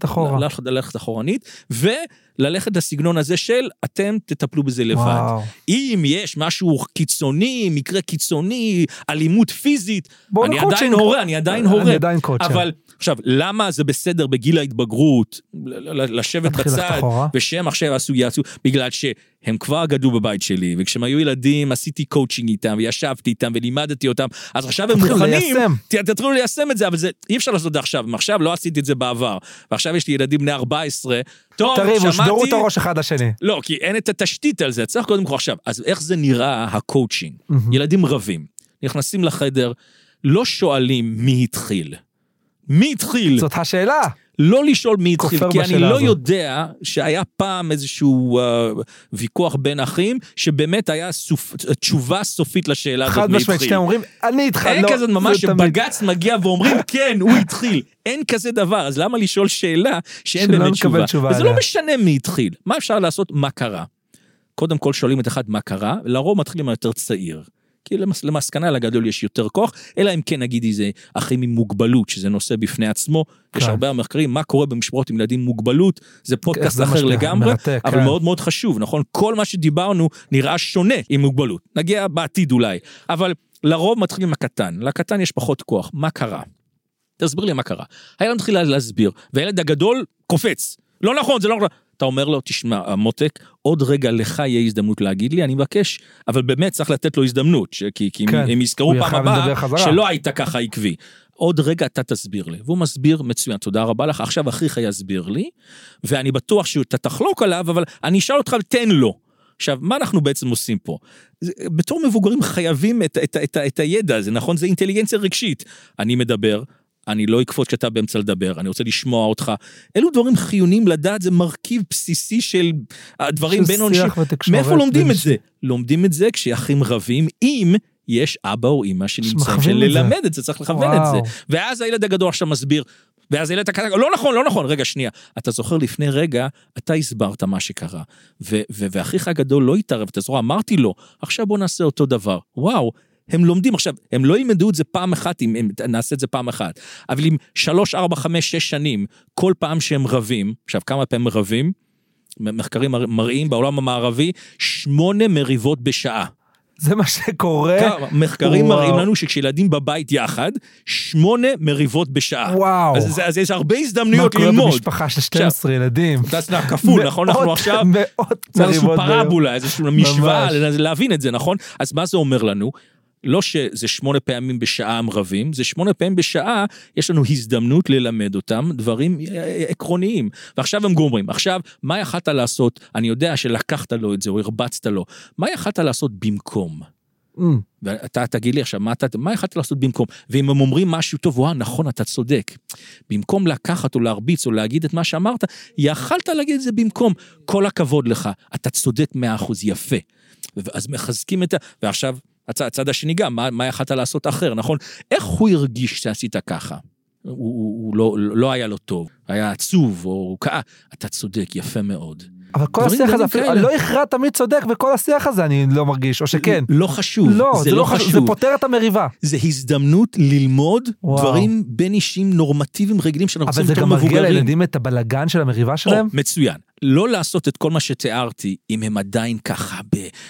ללכת אחורנית, וללכת לסגנון הזה של, אתם תטפלו בזה לבד. וואו. אם יש משהו קיצוני, מקרה קיצוני, אלימות פיזית, אני עדיין הורה. אבל עכשיו, למה זה בסדר בגיל ההתבגרות, לשבת בצד, ושהם עכשיו יעשו, בגלל שהם כבר גדלו בבית שלי, וכשהם היו ילדים, עשיתי קואוצ'ינג איתם, וישבתי איתם, ולימדתי אותם, אז עכשיו הם מוכנים, תתחילו ליישם את זה, אבל אי אפשר לעשות את זה עכשיו, עכשיו לא עשיתי את זה בעבר, ועכשיו יש לי ילדים בני 14, טוב, תריבו, שדרו את הראש אחד השני. לא, כי אין את התשתית על זה, צריך קודם כל עכשיו, אז איך זה נראה הקואוצ'ינג? ילדים רבים, נכנסים לחדר, לא שואלים מי התחיל. מי התחיל? זאת השאלה. לא לשאול מי התחיל, כי אני לא יודע שהיה פעם איזשהו ויכוח בין אחים, שבאמת היה תשובה סופית לשאלה הזאת מי התחיל. חד משמעית, שאתם אומרים, אני התחיל. אין כזה ממש שבגץ מגיע ואומרים, כן, הוא התחיל. אין כזה דבר, אז למה לשאול שאלה שאין באמת תשובה? וזה לא משנה מי התחיל. מה אפשר לעשות? מה קרה? קודם כל שואלים את אחד מה קרה, ולרוב מתחילים יותר צעיר. כי למסקנה לגדול יש יותר כוח, אלא אם כן נגיד איזה אחים עם מוגבלות, שזה נושא בפני עצמו, יש הרבה מחקרים, מה קורה במשפחות עם ילדים עם מוגבלות, זה פודקאסט אחר לגמרי, אבל מאוד מאוד חשוב, נכון? כל מה שדיברנו נראה שונה עם מוגבלות, נגיע בעתיד אולי, אבל לרוב מתחילים עם הקטן, לקטן יש פחות כוח, מה קרה? תסביר לי מה קרה. הילד מתחיל להסביר, והילד הגדול קופץ, לא נכון, זה לא נכון, אתה אומר לו, תשמע, מותק, עוד רגע לך יהיה הזדמנות להגיד לי, אני מבקש, אבל באמת צריך לתת לו הזדמנות, כי הם יזכרו פעם הבאה, שלא היית ככה עקבי. עוד רגע אתה תסביר לי, והוא מסביר מצוין, תודה רבה לך, עכשיו אחיך יסביר לי, ואני בטוח שאתה תחלוק עליו, אבל אני אשאל אותך, תן לו. עכשיו, מה אנחנו בעצם עושים פה? בתור מבוגרים חייבים את הידע הזה, נכון? זה אינטליגנציה רגשית. אני מדבר, אני לא אקפוץ כשאתה באמצע לדבר, אני רוצה לשמוע אותך. אלו דברים חיוניים לדעת, זה מרכיב בסיסי של הדברים בין אנשים. מאיפה לומדים את זה? לומדים את זה כשאחים רבים, אם יש אבא או אמא שנמצאים של ללמד את זה, צריך לכוון את זה. ואז הילד הגדול עכשיו מסביר, ואז הילד הקטן, לא נכון, רגע, שנייה. אתה זוכר לפני רגע, אתה הסברת מה שקרה, ואחיך הגדול לא התערב, אתה זוכר, אמרתי לו, עכשיו בוא נעשה אותו דבר. וואו, הם לומדים עכשיו, הם לא ילמדו את זה פעם אחת, אם נעשה את זה פעם אחת, אבל אם 3, 4, 5, 6 שנים, כל פעם שהם רבים, עכשיו כמה פעמים רבים, מחקרים מראים בעולם המערבי, 8 מריבות בשעה. זה מה שקורה. מחקרים מראים לנו שכשילדים בבית יחד, 8 מריבות בשעה. וואו. אז יש הרבה הזדמנויות ללמוד. מה קורה במשפחה של 12 ילדים? זה כפול, נכון? אנחנו עכשיו, זה איזשהו פרבולה, איזשהו משוואה, להבין את זה, נכון? אז מה זה אומר לנו? לא שזה 8 פעמים בשעה הם רבים, זה 8 פעמים בשעה, יש לנו הזדמנות ללמד אותם דברים עקרוניים. ועכשיו הם גומרים. עכשיו, מה יכלת לעשות? אני יודע שלקחת לו את זה, או הרבצת לו. מה יכלת לעשות במקום? ואתה תגיד לי עכשיו, מה יכלת לעשות במקום? ואם הם אומרים משהו טוב, וואו, נכון, אתה צודק. במקום לקחת או להרביץ או להגיד את מה שאמרת, יכלת להגיד את זה במקום. כל הכבוד לך, אתה צודק 100%, יפה. אז מחזקים את ועכשיו, הצד השני גם, מה יכלת לעשות אחר, נכון? איך הוא הרגיש שעשית ככה? הוא לא היה לו טוב, היה עצוב, או אתה צודק, יפה מאוד. אבל כל השיח הזה, לא הכרע תמיד צודק, וכל השיח הזה אני לא מרגיש, או שכן. לא חשוב, זה לא חשוב. זה פותר את המריבה. זה הזדמנות ללמוד דברים בין אישים נורמטיביים רגילים, שאנחנו רוצים יותר מבוגרים. אבל זה גם מרגיע לילדים את הבלגן של המריבה שלהם? מצוין. לא לעשות את כל מה שתיארתי, אם הם עדיין ככה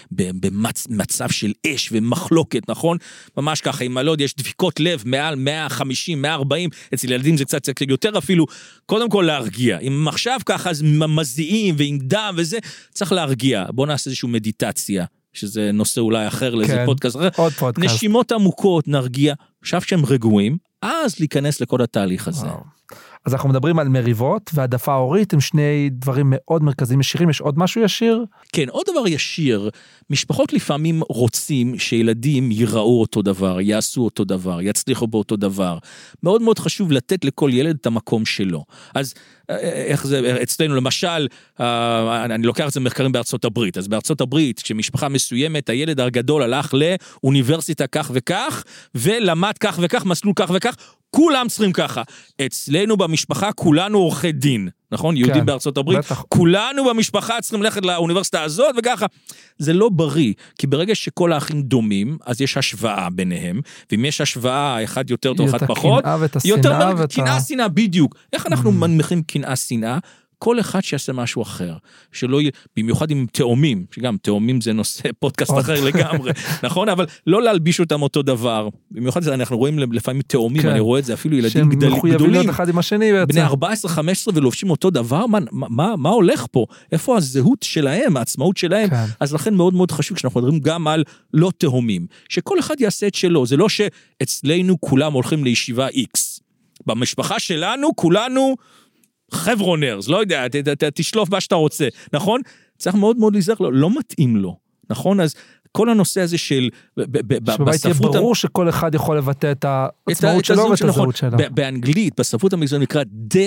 במצב של אש ומחלוקת, נכון? ממש ככה, אם לא, יש דפיקות לב מעל 150, 140, אצל ילדים זה קצת יותר אפילו, קודם כל להרגיע. אם עכשיו ככה, אז מזיעים ועם דם וזה, צריך להרגיע. בואו נעשה איזושהי מדיטציה, שזה נושא אולי אחר לאיזה פודקאסט אחר. עוד פודקאסט. נשימות עמוקות, נרגיע, עכשיו שהם רגועים, אז להיכנס לכל התהליך הזה. אז אנחנו מדברים על מריבות, והעדפה ההורית הם שני דברים מאוד מרכזיים ישירים, יש עוד משהו ישיר? כן, עוד דבר ישיר, משפחות לפעמים רוצים שילדים ייראו אותו דבר, יעשו אותו דבר, יצליחו באותו דבר. מאוד מאוד חשוב לתת לכל ילד את המקום שלו. אז איך זה, אצלנו למשל, אני לוקח את זה מחקרים בארצות הברית, אז בארצות הברית, כשמשפחה מסוימת, הילד הגדול הלך לאוניברסיטה כך וכך, ולמד כך וכך, מסלול כך וכך, כולם צריכים ככה. אצלנו במשפחה כולנו עורכי דין, נכון? כן, יהודים בארצות הברית, בטח. כולנו במשפחה צריכים ללכת לאוניברסיטה הזאת וככה. זה לא בריא, כי ברגע שכל האחים דומים, אז יש השוואה ביניהם, ואם יש השוואה, אחד יותר טוב, אחד פחות, יותר קנאה שנאה בדיוק. איך אנחנו מנמיכים קנאה שנאה? כל אחד שיעשה משהו אחר, שלא יהיה, במיוחד עם תאומים, שגם תאומים זה נושא פודקאסט אחר לגמרי, נכון? אבל לא להלביש אותם אותו דבר, במיוחד אנחנו רואים לפעמים תאומים, אני רואה את זה, אפילו ילדים גדולים, בני 14-15 ולובשים אותו דבר, מה הולך פה? איפה הזהות שלהם, העצמאות שלהם? אז לכן מאוד מאוד חשוב, כשאנחנו מדברים גם על לא תאומים, שכל אחד יעשה את שלו, זה לא שאצלנו כולם הולכים לישיבה X, במשפחה שלנו כולנו חברונרס, לא יודע, תשלוף מה שאתה רוצה, נכון? צריך מאוד מאוד להיזהר לו, לא מתאים לו, נכון? אז כל הנושא הזה של, שבבית יהיה ברור שכל אחד יכול לבטא את העצמאות שלו ואת הזהות שלו. באנגלית, בספרות המקצועית נקרא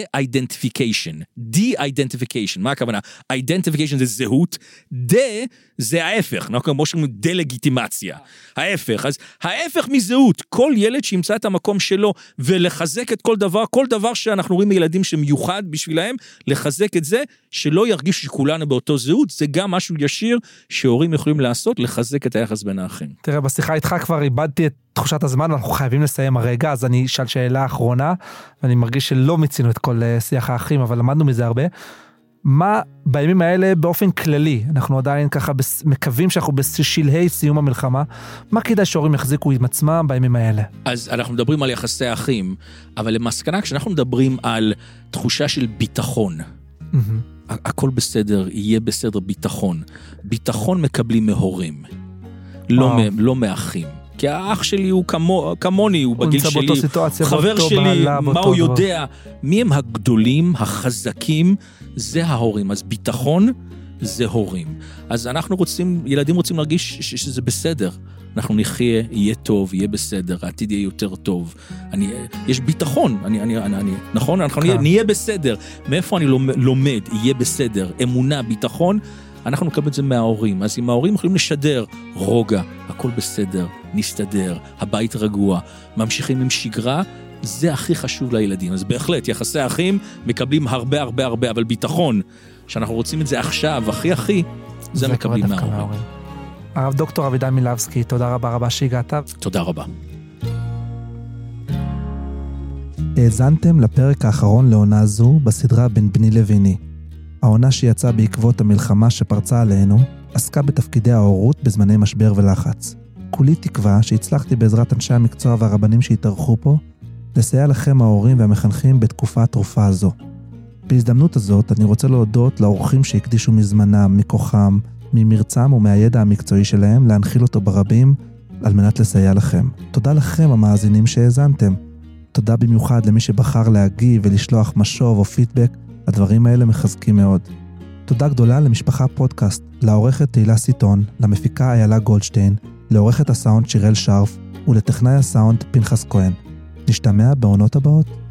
de-identification, מה הכוונה? identification זה זהות, זה ההפך, כמו שאומרים דה-לגיטימציה, ההפך, אז ההפך מזהות, כל ילד שימצא את המקום שלו, ולחזק את כל דבר שאנחנו רואים מילדים שמיוחד בשבילהם, לחזק את זה, שלא ירגיש שכולנו באותו זהות, זה גם משהו ישיר שהורים יכולים לעשות, לחזק את היחס בין האחים. תראה, בשיחה איתך כבר איבדתי את תחושת הזמן, אנחנו חייבים לסיים הרגע, אז אני אשאל שאלה אחרונה, ואני מרגיש שלא מיצינו את כל שיח האחים, אבל למדנו מזה הרבה. מה בימים האלה באופן כללי, אנחנו עדיין ככה מקווים שאנחנו בשלהי סיום המלחמה, מה כדאי שהורים יחזיקו עם עצמם בימים האלה? אז אנחנו מדברים על יחסי אחים, אבל למסקנה כשאנחנו מדברים על תחושה של ביטחון, הכל בסדר, יהיה בסדר ביטחון. ביטחון מקבלים מהורים, לא מאחים. כי האח שלי הוא כמוני, הוא בגיל שלי, חבר שלי, מה הוא יודע, מי הם הגדולים, החזקים, זה ההורים. אז ביטחון זה הורים. אז ילדים רוצים להרגיש שזה בסדר. אנחנו נחיה, יהיה טוב, יהיה בסדר, העתיד יהיה יותר טוב. יש ביטחון, נכון? אנחנו נהיה בסדר. מאיפה אני לומד, יהיה בסדר, אמונה, ביטחון, אנחנו נקבל את זה מההורים. אז אם ההורים יכולים לשדר, רוגע, הכל בסדר, נסתדר, הבית רגוע, ממשיכים עם שגרה, זה הכי חשוב לילדים. אז בהחלט, יחסי אחים מקבלים הרבה, אבל ביטחון, שאנחנו רוצים את זה עכשיו, הכי, זה מקבלים מההורים. הרב דוקטור אבידן מילבסקי, תודה רבה שהגעת. תודה רבה. האזנתם לפרק האחרון לעונה זו בסדרה בין בני לביני. העונה שיצאה בעקבות המלחמה שפרצה עלינו, עסקה בתפקידי ההורות בזמני משבר ולחץ. כולי תקווה שהצלחתי בעזרת אנשי המקצוע והרבנים שהתארחו פה, לסייע לכם ההורים והמחנכים בתקופה התרופה הזו. בהזדמנות הזאת אני רוצה להודות לאורחים שהקדישו מזמנם, מכוחם, ממרצם ומהידע המקצועי שלהם להנחיל אותו ברבים על מנת לסייע לכם. תודה לכם המאזינים שהאזנתם. תודה במיוחד למי שבחר להגיב ולשלוח משוב או פידבק, הדברים האלה מחזקים מאוד. תודה גדולה למשפחה פודקאסט, לעורכת תהילה סיטון, למפיקה איילה גולדשטיין, לעורכת הסאונד שירל שרף ולטכנאי הסאונד פנחס כהן. נשתמע בעונות הבאות.